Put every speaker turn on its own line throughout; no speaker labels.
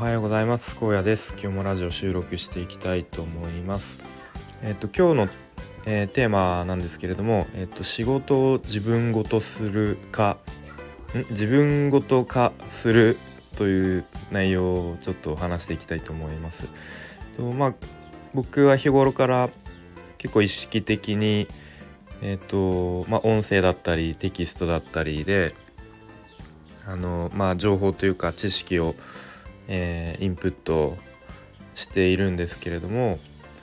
はようございます。荒野です。今日もラジオ収録していきたいと思います。今日の、テーマなんですけれども、仕事を自分ごと化するという内容をちょっと話していきたいと思います。僕は日頃から結構意識的に音声だったりテキストだったりで情報というか知識をインプットしているんですけれども、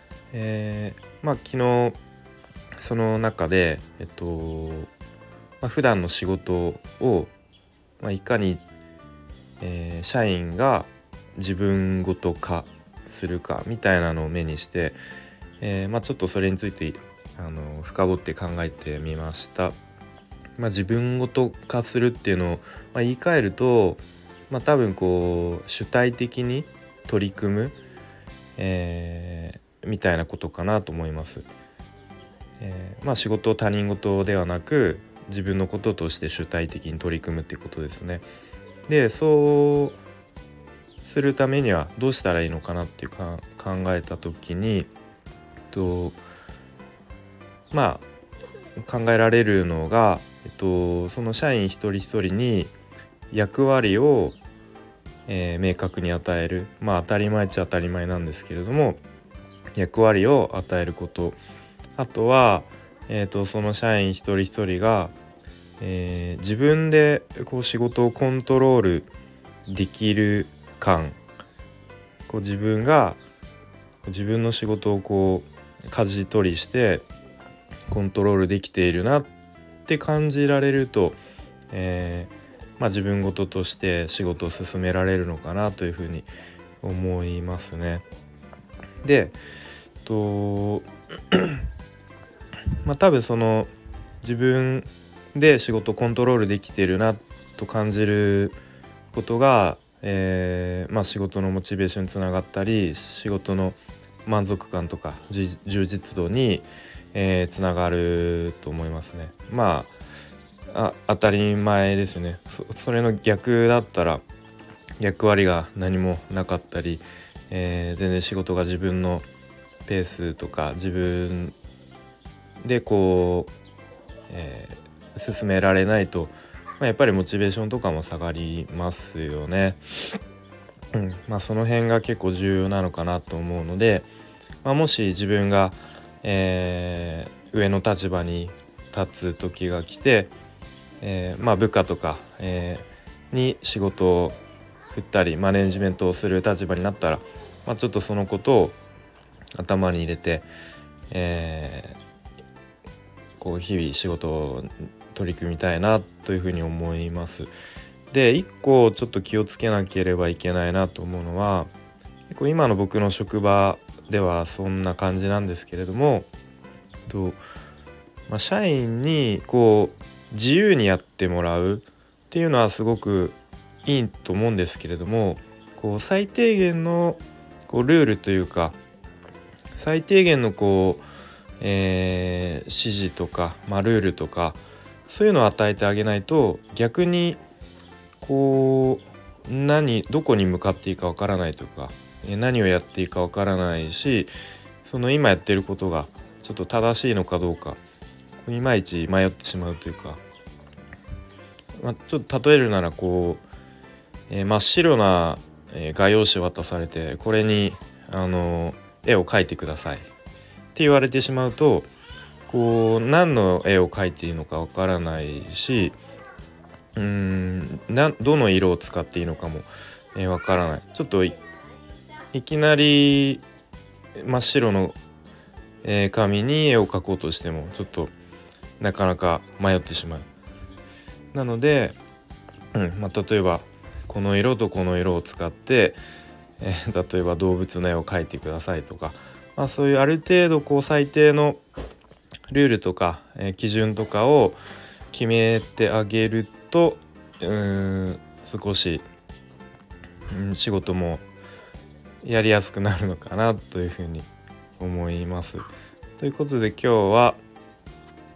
昨日その中で、普段の仕事を、いかに、社員が自分ごと化するかみたいなのを目にして、ちょっとそれについて深掘って考えてみました。自分ごと化するっていうのを、言い換えると、多分主体的に取り組む、みたいなことかなと思います。仕事を他人事ではなく自分のこととして主体的に取り組むっていうことですね。で、そうするためにはどうしたらいいのかなっていうか考えた時に考えられるのが、その社員一人一人に役割を、明確に与える、当たり前っちゃ当たり前なんですけれども、役割を与えること、あとは、その社員一人一人が、自分で仕事をコントロールできる感、自分が自分の仕事を舵取りしてコントロールできているなって感じられると、自分事として仕事を進められるのかなというふうに思いますね。で、多分その自分で仕事をコントロールできているなと感じることが、仕事のモチベーションにつながったり、仕事の満足感とか充実度に、つながると思いますね。当たり前ですね。それの逆だったら役割が何もなかったり、全然仕事が自分のペースとか自分で進められないと、やっぱりモチベーションとかも下がりますよね。その辺が結構重要なのかなと思うので、もし自分が、上の立場に立つ時が来て、部下とか、に仕事を振ったりマネジメントをする立場になったら、ちょっとそのことを頭に入れて、日々仕事を取り組みたいなというふうに思います。で、一個ちょっと気をつけなければいけないなと思うのは、結構今の僕の職場ではそんな感じなんですけれども、社員に自由にやってもらうっていうのはすごくいいと思うんですけれども、最低限のルールというか最低限の指示とか、ルールとかそういうのを与えてあげないと、逆にどこに向かっていいかわからないとか、何をやっていいかわからないし、その今やってることがちょっと正しいのかどうかいまいち迷ってしまうというか、ちょっと例えるなら真っ白な画用紙を渡されて、これに絵を描いてくださいって言われてしまうと、何の絵を描いていいのかわからないし、どの色を使っていいのかもわからない。ちょっといきなり真っ白の紙に絵を描こうとしてもちょっとなかなか迷ってしまう。なので、例えばこの色とこの色を使って、例えば動物の絵を描いてくださいとか、そういうある程度最低のルールとか、基準とかを決めてあげると、少し、仕事もやりやすくなるのかなというふうに思います。ということで今日は、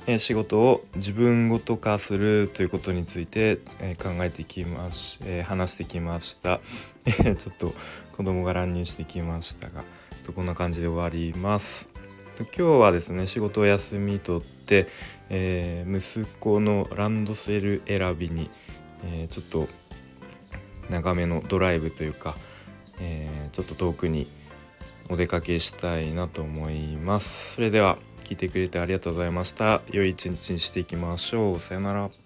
仕事を自分ごと化するということについて、考えてきま話してきました。ちょっと子供が乱入してきましたが、こんな感じで終わります。今日はですね、仕事を休み取って、息子のランドセル選びに、ちょっと長めのドライブというか、ちょっと遠くにお出かけしたいなと思います。それでは聞いてくれてありがとうございました。良い一日にしていきましょう。さよなら。